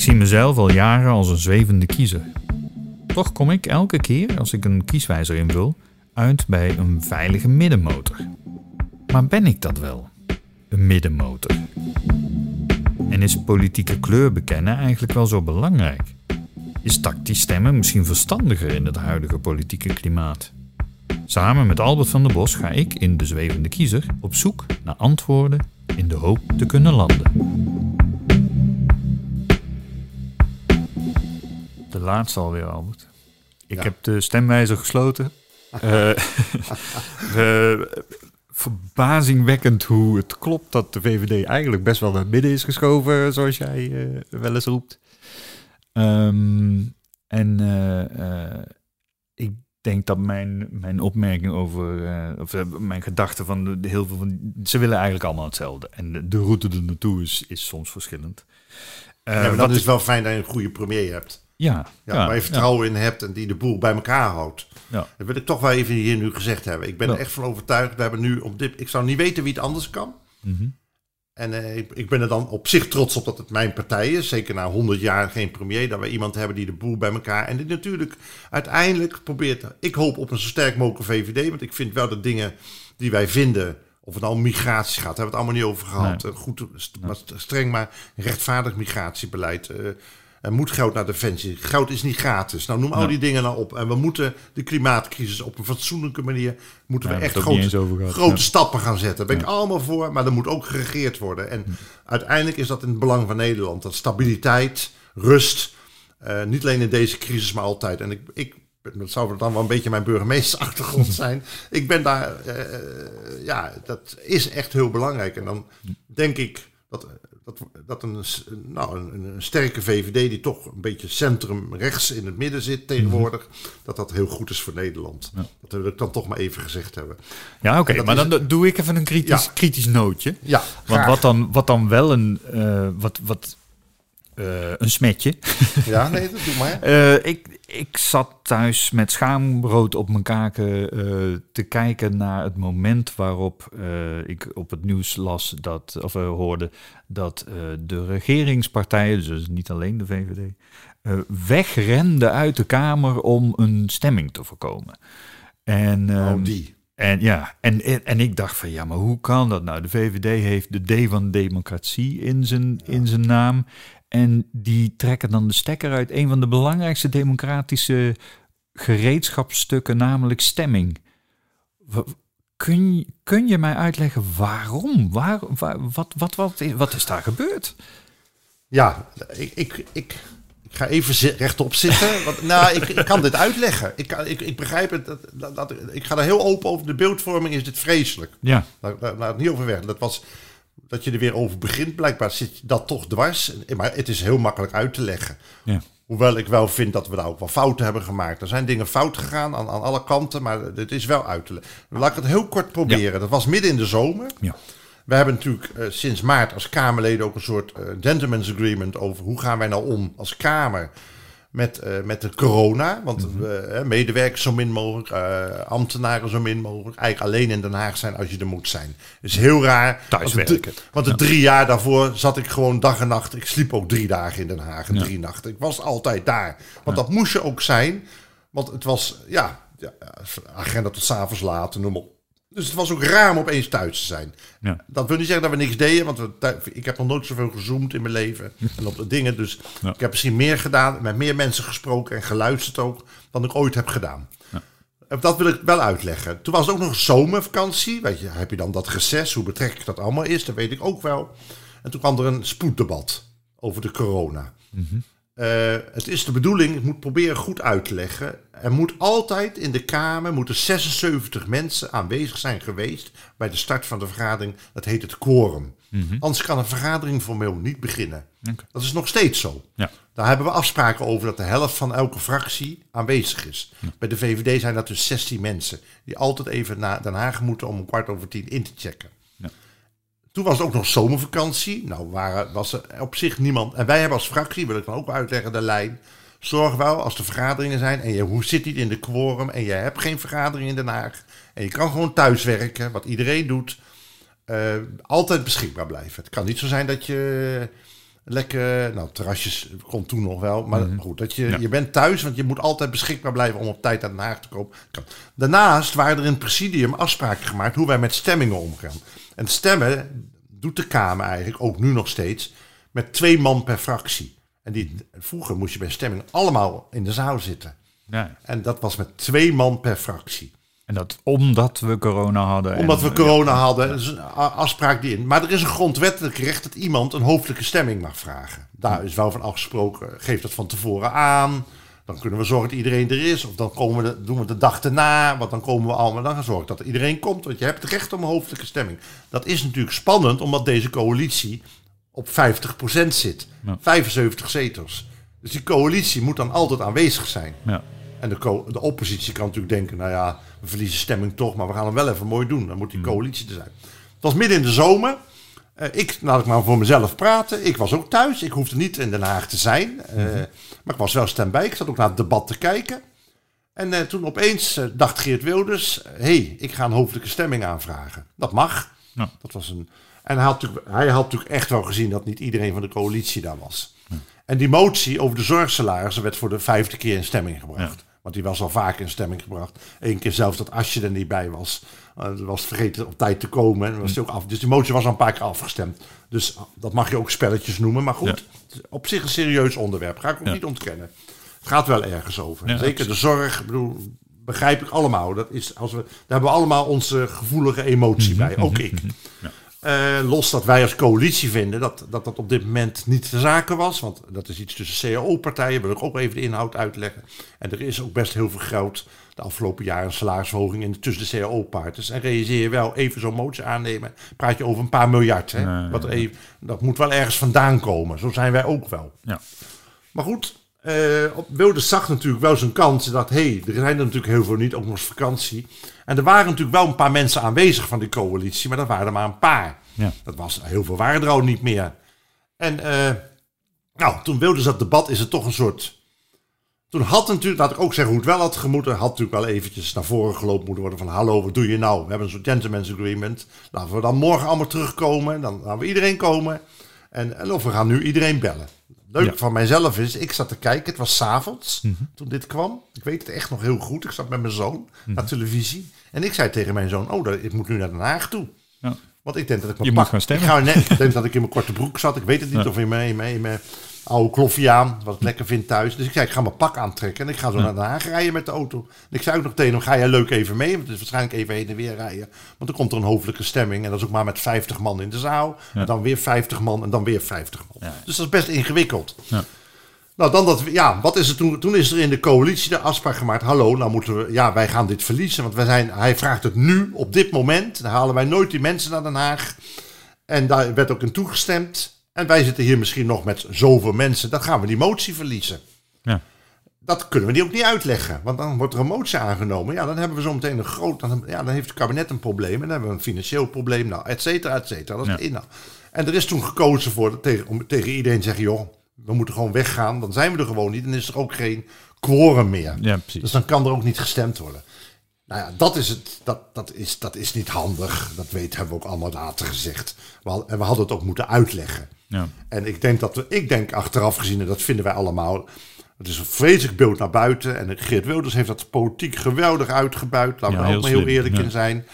zie mezelf al jaren als een zwevende kiezer. Toch kom ik elke keer als ik een kieswijzer invul uit bij een veilige middenmotor. Maar ben ik dat wel? Een middenmotor? En is politieke kleur bekennen eigenlijk wel zo belangrijk? Is tactisch stemmen misschien verstandiger in het huidige politieke klimaat? Samen met Albert van der Bos ga ik in De Zwevende Kiezer op zoek naar antwoorden in de hoop te kunnen landen. De laatste alweer, Albert. Ik heb de stemwijzer gesloten. Verbazingwekkend hoe het klopt dat de VVD eigenlijk best wel naar het midden is geschoven, zoals jij wel eens roept. Ik denk dat mijn opmerking over, mijn gedachte van heel veel van, ze willen eigenlijk allemaal hetzelfde. En de route er naartoe is soms verschillend. Maar dan is het wel fijn dat je een goede premier hebt. Waar je vertrouwen in hebt en die de boel bij elkaar houdt. Ja. Dat wil ik toch wel even hier nu gezegd hebben. Ik ben er echt van overtuigd. We hebben nu ik zou niet weten wie het anders kan. Mm-hmm. En ik ben er dan op zich trots op dat het mijn partij is. Zeker na 100 jaar geen premier. Dat we iemand hebben die de boel bij elkaar... En die natuurlijk uiteindelijk probeert... Ik hoop op een zo sterk mogelijke VVD. Want ik vind wel de dingen die wij vinden... Of het nou om migratie gaat, daar hebben we het allemaal niet over gehad. Nee. Goed, streng maar rechtvaardig migratiebeleid... Er moet geld naar defensie. Geld is niet gratis. Nou, noem al die dingen nou op. En we moeten de klimaatcrisis op een fatsoenlijke manier... moeten we echt grote stappen gaan zetten. Daar ben ik allemaal voor, maar er moet ook geregeerd worden. En uiteindelijk is dat in het belang van Nederland. Dat stabiliteit, rust, niet alleen in deze crisis, maar altijd. En dat zou dan wel een beetje mijn burgemeestersachtergrond zijn. Ik ben daar... dat is echt heel belangrijk. En dan denk ik... Dat een sterke VVD die toch een beetje centrum rechts in het midden zit tegenwoordig, dat heel goed is voor Nederland. Ja. Dat wil ik dan toch maar even gezegd hebben. Ja, oké, maar dan doe ik even een kritisch nootje. Ja, want wat dan wel een smetje. Ja, nee, dat doe maar. Ik zat thuis met schaamrood op mijn kaken te kijken naar het moment waarop ik op het nieuws las hoorde dat de regeringspartijen, dus niet alleen de VVD, wegrenden uit de Kamer om een stemming te voorkomen. En ik dacht van maar hoe kan dat nou? De VVD heeft de D van democratie in zijn naam. En die trekken dan de stekker uit een van de belangrijkste democratische gereedschapsstukken, namelijk stemming. Kun je mij uitleggen waarom? Wat is daar gebeurd? Ja, ik ga even rechtop zitten. Want, ik kan dit uitleggen. Ik begrijp het. Ik ga er heel open over. De beeldvorming is dit vreselijk. Ja. Laat het niet over weg. Dat je er weer over begint. Blijkbaar zit dat toch dwars. Maar het is heel makkelijk uit te leggen. Ja. Hoewel ik wel vind dat we daar ook wel fouten hebben gemaakt. Er zijn dingen fout gegaan aan alle kanten. Maar het is wel uit te leggen. Laat ik het heel kort proberen. Ja. Dat was midden in de zomer. Ja. We hebben natuurlijk sinds maart als Kamerleden ook een soort gentleman's agreement over hoe gaan wij nou om als Kamer met de corona. Want medewerkers zo min mogelijk, ambtenaren zo min mogelijk. Eigenlijk alleen in Den Haag zijn als je er moet zijn. Dat is heel raar. Thuiswerken. Want de 3 jaar daarvoor zat ik gewoon dag en nacht. Ik sliep ook 3 dagen in Den Haag en 3 nachten. Ik was altijd daar. Want dat moest je ook zijn. Want het was, agenda tot 's avonds laat, noem op. Dus het was ook raar om opeens thuis te zijn. Ja. Dat wil niet zeggen dat we niks deden. Want ik heb nog nooit zoveel gezoomd in mijn leven. En op de dingen. Dus ik heb misschien meer gedaan. Met meer mensen gesproken en geluisterd ook. Dan ik ooit heb gedaan. Ja. Dat wil ik wel uitleggen. Toen was het ook nog een zomervakantie. Weet je, heb je dan dat reces. Hoe betrekkelijk dat allemaal is. Dat weet ik ook wel. En toen kwam er een spoeddebat over de corona. Mm-hmm. Het is de bedoeling, ik moet proberen goed uit te leggen. Er moet altijd in de Kamer 76 mensen aanwezig zijn geweest bij de start van de vergadering. Dat heet het quorum. Mm-hmm. Anders kan een vergadering formeel niet beginnen. Okay. Dat is nog steeds zo. Ja. Daar hebben we afspraken over dat de helft van elke fractie aanwezig is. Ja. Bij de VVD zijn dat dus 16 mensen die altijd even naar Den Haag moeten om 9:15 in te checken. Ja. Toen was het ook nog zomervakantie. Nou, was er op zich niemand. En wij hebben als fractie, wil ik dan ook uitleggen, de lijn. Zorg wel, als er vergaderingen zijn en je zit niet in de quorum en je hebt geen vergadering in Den Haag. En je kan gewoon thuiswerken, wat iedereen doet. Altijd beschikbaar blijven. Het kan niet zo zijn dat je Lekker, nou, terrasjes kon toen nog wel. Maar goed, dat je bent thuis, want je moet altijd beschikbaar blijven om op tijd naar Den Haag te komen. Daarnaast waren er in het presidium afspraken gemaakt hoe wij met stemmingen omgaan. En stemmen doet de Kamer eigenlijk, ook nu nog steeds, met 2 man per fractie. En vroeger moest je bij stemming allemaal in de zaal zitten. Ja. En dat was met 2 man per fractie. En dat omdat we corona hadden. Omdat we corona hadden. Dat is een afspraak die in. Maar er is een grondwettelijk recht dat iemand een hoofdelijke stemming mag vragen. Daar is wel van afgesproken. Geef dat van tevoren aan. Dan kunnen we zorgen dat iedereen er is. Of dan doen we de dag erna. Want dan komen we allemaal. Dan gaan zorgen dat iedereen komt. Want je hebt het recht op een hoofdelijke stemming. Dat is natuurlijk spannend. Omdat deze coalitie op 50% zit. Ja. 75 zetels. Dus die coalitie moet dan altijd aanwezig zijn. Ja. En de oppositie kan natuurlijk denken, nou ja, we verliezen stemming toch, maar we gaan hem wel even mooi doen. Dan moet die coalitie er zijn. Het was midden in de zomer. Laat ik maar voor mezelf praten. Ik was ook thuis. Ik hoefde niet in Den Haag te zijn. Maar ik was wel stemmen. Ik zat ook naar het debat te kijken. En toen opeens dacht Geert Wilders, ik ga een hoofdelijke stemming aanvragen. Dat mag. Ja. Dat was en hij had natuurlijk echt wel gezien dat niet iedereen van de coalitie daar was. Ja. En die motie over de zorgsalarissen werd voor de 5e keer in stemming gebracht. Ja. Want die was al vaak in stemming gebracht. 1 keer zelfs dat Asje er niet bij was. Was vergeten op tijd te komen. En was ook af. Dus die motie was al een paar keer afgestemd. Dus dat mag je ook spelletjes noemen. Maar goed, op zich een serieus onderwerp. Ga ik ook niet ontkennen. Het gaat wel ergens over. Ja, zeker de zorg, ik bedoel, begrijp ik allemaal. Daar hebben we allemaal onze gevoelige emotie bij. Ook ik. Ja. Los dat wij als coalitie vinden dat op dit moment niet de zaken was. Want dat is iets tussen CAO-partijen. Wil ik ook even de inhoud uitleggen. En er is ook best heel veel geld de afgelopen jaren een salarisverhoging tussen de CAO-partners. En realiseer je wel even zo'n motie aannemen. Praat je over een paar miljard. Hè? Dat moet wel ergens vandaan komen. Zo zijn wij ook wel. Ja. Maar goed, Wilders zag natuurlijk wel zijn kans. En dacht, er zijn er natuurlijk heel veel niet, ook nog eens vakantie. En er waren natuurlijk wel een paar mensen aanwezig van die coalitie, maar dat waren er maar een paar. Ja. Heel veel waren er al niet meer. En toen Wilders dat debat is het toch een soort. Toen had natuurlijk, laat ik ook zeggen hoe het wel had gemoeten, had natuurlijk wel eventjes naar voren gelopen moeten worden van hallo, wat doe je nou? We hebben een soort gentleman's agreement. Laten we dan morgen allemaal terugkomen. Dan laten we iedereen komen. En of we gaan nu iedereen bellen. Leuk van mijzelf is, ik zat te kijken, het was 's avonds toen dit kwam. Ik weet het echt nog heel goed. Ik zat met mijn zoon naar televisie. En ik zei tegen mijn zoon, ik moet nu naar Den Haag toe. Ja. Want ik denk dat ik mijn moet gaan stemmen. Ik denk dat ik in mijn korte broek zat. Ik weet het niet, of in mijn oude kloffie aan, wat ik lekker vind thuis. Dus ik zei, ik ga mijn pak aantrekken en ik ga zo naar Den Haag rijden met de auto. En ik zei ook nog tegen hem, ga jij leuk even mee? Want het is waarschijnlijk even heen en weer rijden. Want dan komt er een hoofdelijke stemming en dat is ook maar met 50 man in de zaal. Ja. En dan weer 50 man en dan weer 50 man. Ja. Dus dat is best ingewikkeld. Ja. Nou, wat is er toen? Toen is er in de coalitie de afspraak gemaakt. Hallo, nou moeten we, wij gaan dit verliezen. Want hij vraagt het nu, op dit moment. Dan halen wij nooit die mensen naar Den Haag. En daar werd ook in toegestemd. En wij zitten hier misschien nog met zoveel mensen. Dan gaan we die motie verliezen. Ja. Dat kunnen we die ook niet uitleggen. Want dan wordt er een motie aangenomen. Ja, dan hebben we zo meteen een groot. Dan heeft het kabinet een probleem. En dan hebben we een financieel probleem. Nou, et cetera, et cetera. Dat is de inhoud. En er is toen gekozen voor om tegen iedereen te zeggen, joh, we moeten gewoon weggaan. Dan zijn we er gewoon niet. Dan is er ook geen quorum meer. Ja, precies. Dus dan kan er ook niet gestemd worden. Nou ja, dat is het. Dat is niet handig. Dat hebben we ook allemaal later gezegd. En we hadden het ook moeten uitleggen. Ja. En ik denk achteraf gezien, en dat vinden wij allemaal, het is een vreselijk beeld naar buiten. En Geert Wilders heeft dat politiek geweldig uitgebuit. Laten we er ook maar heel eerlijk in zijn.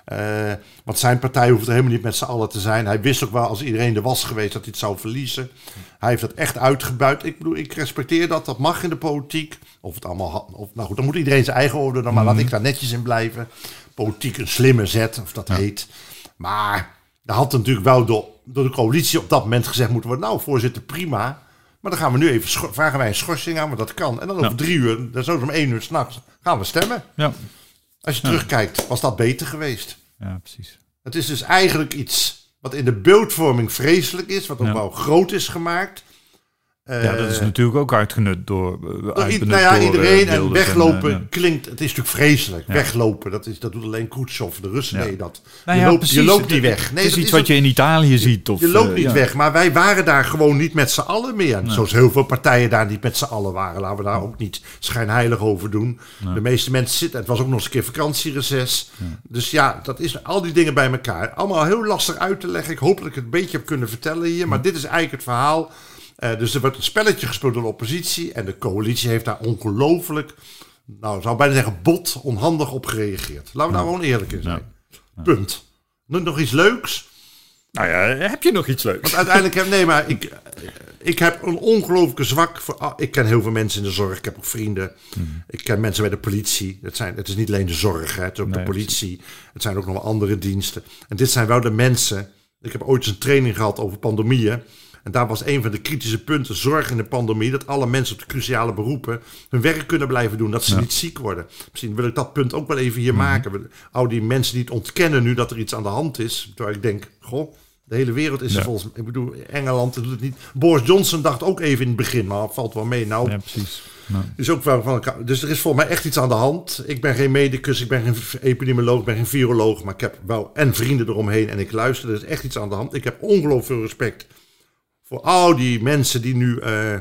Want zijn partij hoeft er helemaal niet met z'n allen te zijn. Hij wist ook wel, als iedereen er was geweest, dat hij het zou verliezen. Hij heeft dat echt uitgebuit. Ik bedoel, ik respecteer dat. Dat mag in de politiek. Of het allemaal. Nou goed, dan moet iedereen zijn eigen orde. Maar laat ik daar netjes in blijven. Politiek een slimme zet, of dat heet. Maar daar had natuurlijk wel door de coalitie op dat moment gezegd moeten worden. Nou, voorzitter, prima. Maar dan gaan we nu even vragen wij een schorsing aan, want dat kan. En dan over 3 uur, dan zo om 1 uur 's nachts, gaan we stemmen. Ja. Als je terugkijkt, was dat beter geweest. Ja, precies. Het is dus eigenlijk iets wat in de beeldvorming vreselijk is, wat ook wel groot is gemaakt. Ja, dat is natuurlijk ook uitgenut door iedereen. En Wilders weglopen klinkt... Het is natuurlijk vreselijk. Ja. Weglopen, dat doet alleen Khrushchev. De Russen deden dat. Je loopt niet weg. Nee, het is iets wat je in Italië ziet. Of, je loopt niet weg. Maar wij waren daar gewoon niet met z'n allen meer. Nee. Zoals heel veel partijen daar niet met z'n allen waren. Laten we daar ook niet schijnheilig over doen. Nee. De meeste mensen zitten... Het was ook nog eens een keer vakantiereces. Ja. Dus ja, dat is al die dingen bij elkaar. Allemaal heel lastig uit te leggen. Ik hoop dat ik het een beetje heb kunnen vertellen hier. Maar dit is eigenlijk het verhaal... Dus er wordt een spelletje gespeeld door de oppositie. En de coalitie heeft daar ongelooflijk, zou bijna zeggen, bot, onhandig op gereageerd. Laten we daar gewoon eerlijk in zijn. Ja. Punt. Nog iets leuks? Nou ja, heb je nog iets leuks? Want uiteindelijk ik heb een ongelooflijke zwak voor... Ik ken heel veel mensen in de zorg. Ik heb ook vrienden. Ik ken mensen bij de politie. Het is niet alleen de zorg, het is ook de politie. Het zijn ook nog wel andere diensten. En dit zijn wel de mensen... Ik heb ooit eens een training gehad over pandemieën. En daar was een van de kritische punten, zorg in de pandemie, dat alle mensen op de cruciale beroepen hun werk kunnen blijven doen, dat ze niet ziek worden. Misschien wil ik dat punt ook wel even hier maken. Al die mensen niet ontkennen nu dat er iets aan de hand is. Terwijl ik denk, de hele wereld is er volgens mij. Ik bedoel, Engeland doet het niet. Boris Johnson dacht ook even in het begin, maar valt wel mee. Nou, ja, precies. Dus dus er is volgens mij echt iets aan de hand. Ik ben geen medicus, ik ben geen epidemioloog, ik ben geen viroloog, maar ik heb wel vrienden eromheen en ik luister. Er is echt iets aan de hand. Ik heb ongelooflijk veel respect voor al die mensen die nu,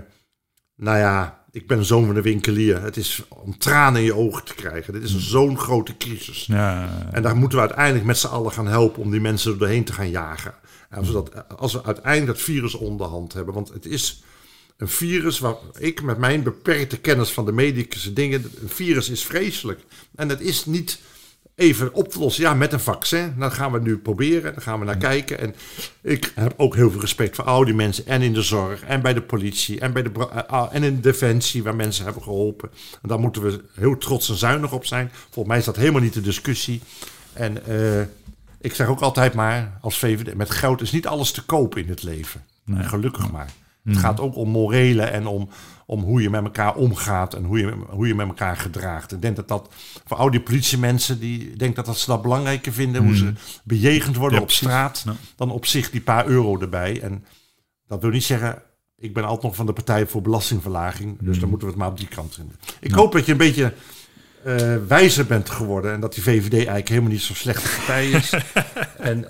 ik ben een zoon van de winkelier. Het is om tranen in je ogen te krijgen. Dit is zo'n grote crisis. Ja. En daar moeten we uiteindelijk met z'n allen gaan helpen om die mensen er doorheen te gaan jagen. En als we uiteindelijk dat virus onder de hand hebben. Want het is een virus waar ik met mijn beperkte kennis van de medische dingen... Een virus is vreselijk. En het is niet... even op te lossen. Ja, met een vaccin. Dat gaan we nu proberen. Daar gaan we naar kijken. En ik heb ook heel veel respect voor al die mensen. En in de zorg. En bij de politie. En in de defensie. Waar mensen hebben geholpen. En daar moeten we heel trots en zuinig op zijn. Volgens mij is dat helemaal niet de discussie. En ik zeg ook altijd maar. Als VVD. Met geld is niet alles te koop in het leven. Nee. Gelukkig maar. Het gaat ook om morelen en om hoe je met elkaar omgaat en hoe je met elkaar gedraagt. Ik denk dat voor al die politiemensen, die denk dat ze dat belangrijker vinden, hoe ze bejegend worden op straat, dan op zich die paar euro erbij. En dat wil niet zeggen, ik ben altijd nog van de Partij voor Belastingverlaging, dus dan moeten we het maar op die kant vinden. Ik hoop dat je een beetje wijzer bent geworden en dat die VVD eigenlijk helemaal niet zo'n slechte partij is. En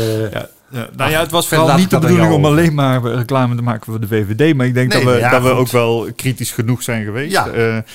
het was vooral niet de bedoeling om alleen maar reclame te maken voor de VVD. Maar ik denk dat we ook wel kritisch genoeg zijn geweest. Ja.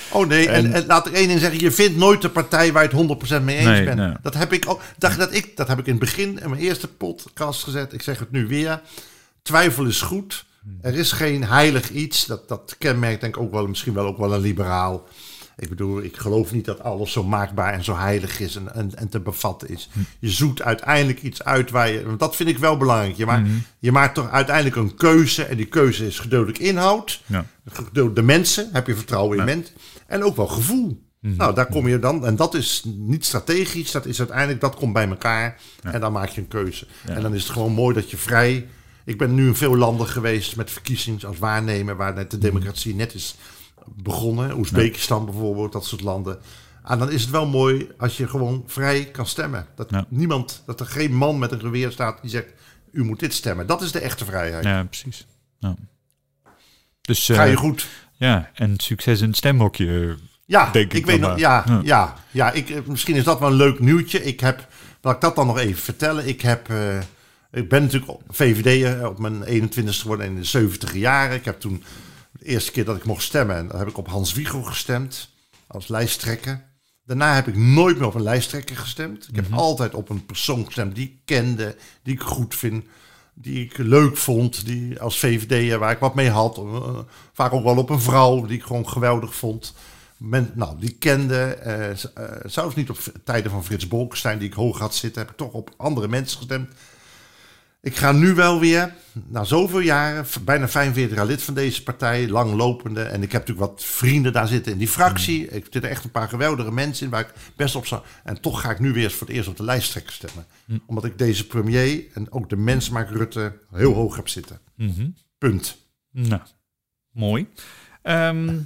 En laat ik één ding zeggen. Je vindt nooit de partij waar je het 100% mee eens bent. Nee. Dat heb ik ook. Dat heb ik in het begin in mijn eerste podcast gezet. Ik zeg het nu weer. Twijfel is goed. Er is geen heilig iets. Dat kenmerkt denk ik ook wel misschien wel ook wel een liberaal. Ik bedoel, ik geloof niet dat alles zo maakbaar en zo heilig is en te bevatten is. Je zoekt uiteindelijk iets uit waar je... Want dat vind ik wel belangrijk. Je maakt toch uiteindelijk een keuze. En die keuze is gedeeltelijk inhoud. Ja. De mensen, heb je vertrouwen in mensen. En ook wel gevoel. Nou, daar kom je dan. En dat is niet strategisch. Dat is uiteindelijk, dat komt bij elkaar. Ja. En dan maak je een keuze. Ja. En dan is het gewoon mooi dat je vrij... Ik ben nu in veel landen geweest met verkiezingen als waarnemer... waar de democratie net is... begonnen, Oezbekistan bijvoorbeeld, dat soort landen. En dan is het wel mooi als je gewoon vrij kan stemmen. Dat er geen man met een geweer staat die zegt, u moet dit stemmen. Dat is de echte vrijheid. Ja, precies. Ja. Dus, ga je goed. Ja, en succes in het stemhokje. Ja, denk ik weet nog. Misschien is dat wel een leuk nieuwtje. Laat ik dat dan nog even vertellen. Ik ben natuurlijk VVD'er op mijn 21ste geworden in de 70 jaren. Ik heb toen de eerste keer dat ik mocht stemmen, en dan heb ik op Hans Wiegel gestemd als lijsttrekker. Daarna heb ik nooit meer op een lijsttrekker gestemd. Ik heb altijd op een persoon gestemd die ik kende, die ik goed vind, die ik leuk vond, die als VVD'er waar ik wat mee had. Vaak ook wel op een vrouw die ik gewoon geweldig vond. Die kende, zelfs niet op tijden van Frits Bolkestein die ik hoog had zitten, heb ik toch op andere mensen gestemd. Ik ga nu wel weer, na zoveel jaren, bijna 45 jaar lid van deze partij, langlopende. En ik heb natuurlijk wat vrienden daar zitten in die fractie. Ik zit er echt een paar geweldige mensen in waar ik best op zou. En toch ga ik nu weer voor het eerst op de lijsttrekker stemmen. Omdat ik deze premier en ook de mens Mark Rutte heel hoog heb zitten. Punt. Nou, mooi.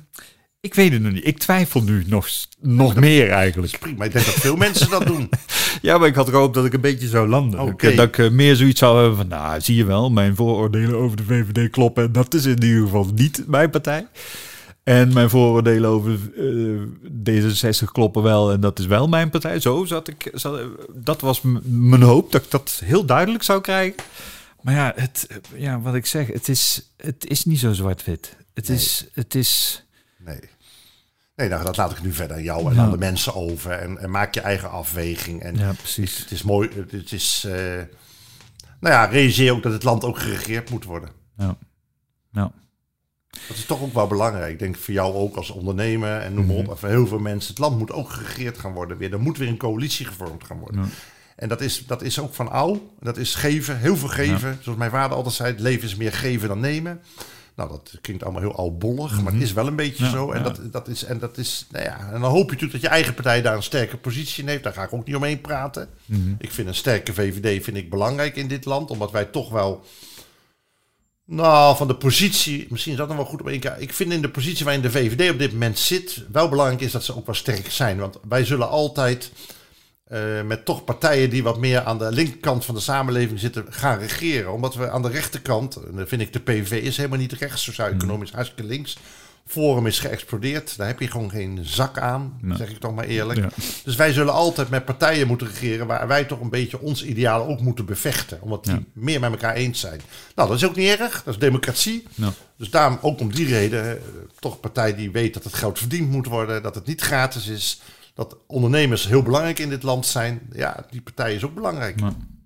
Ik weet het nog niet. Ik twijfel nu nog meer eigenlijk. Prima, ik denk dat veel mensen dat doen. Ja, maar ik had gehoopt dat ik een beetje zou landen. Oké. Dat ik meer zoiets zou hebben van... Nou, zie je wel, mijn vooroordelen over de VVD kloppen. En dat is in ieder geval niet mijn partij. En mijn vooroordelen over D66 kloppen wel. En dat is wel mijn partij. Zo zat ik... Dat was mijn hoop, dat ik dat heel duidelijk zou krijgen. Maar ja, wat ik zeg, het is niet zo zwart-wit. Het is... Nee, nou, dat laat ik nu verder aan jou en aan de mensen over. En maak je eigen afweging. En ja, precies. Het is mooi. Het is... realiseer ook dat het land ook geregeerd moet worden. Ja. Dat is toch ook wel belangrijk. Ik denk voor jou ook als ondernemer en noem maar op. En voor heel veel mensen. Het land moet ook geregeerd gaan worden weer. Er moet weer een coalitie gevormd gaan worden. Ja. En dat is ook van ouds. Dat is geven, heel veel geven. Ja. Zoals mijn vader altijd zei, het leven is meer geven dan nemen. Nou, dat klinkt allemaal heel oudbollig, maar het is wel een beetje zo. En dat is, nou ja, en dan hoop je natuurlijk dat je eigen partij daar een sterke positie in heeft. Daar ga ik ook niet omheen praten. Ik vind een sterke VVD belangrijk in dit land, omdat wij toch wel, van de positie, misschien is dat nog wel goed op één keer. Ik vind in de positie waarin de VVD op dit moment zit, wel belangrijk is dat ze ook wel sterk zijn. Want wij zullen altijd met toch partijen die wat meer aan de linkerkant van de samenleving zitten gaan regeren. Omdat we aan de rechterkant, en dan vind ik de PVV is helemaal niet rechts, sociaal-economisch hartstikke links. Forum is geëxplodeerd, daar heb je gewoon geen zak aan, zeg ik toch maar eerlijk. Ja. Dus wij zullen altijd met partijen moeten regeren waar wij toch een beetje ons ideaal ook moeten bevechten. Omdat die meer met elkaar eens zijn. Nou, dat is ook niet erg, dat is democratie. Ja. Dus daarom ook om die reden, toch een partij die weet dat het geld verdiend moet worden, dat het niet gratis is. Dat ondernemers heel belangrijk in dit land zijn. Ja, die partij is ook belangrijk.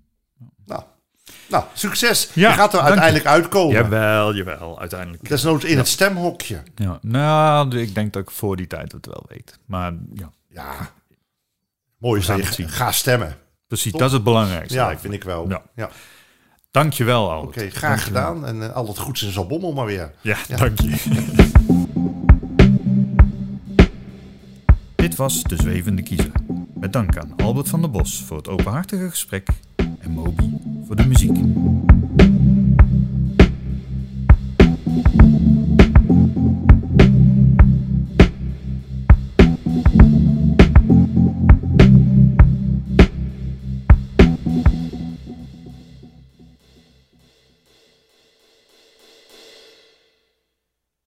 Nou, succes. Ja, je gaat er uiteindelijk uitkomen. Jawel, uiteindelijk. Desnoods in het stemhokje. Ja, nou, ik denk dat ik voor die tijd het wel weet. Maar ja. Mooi is ga stemmen. Precies, dat is het belangrijkste. Ja, vind ik wel. Ja. Dank je wel, Albert. Oké, graag gedaan. En al het goeds in Zaltbommel maar weer. Ja, dank je. Dit was De Zwevende Kiezer. Met dank aan Albert van der Bos voor het openhartige gesprek en Moby voor de muziek.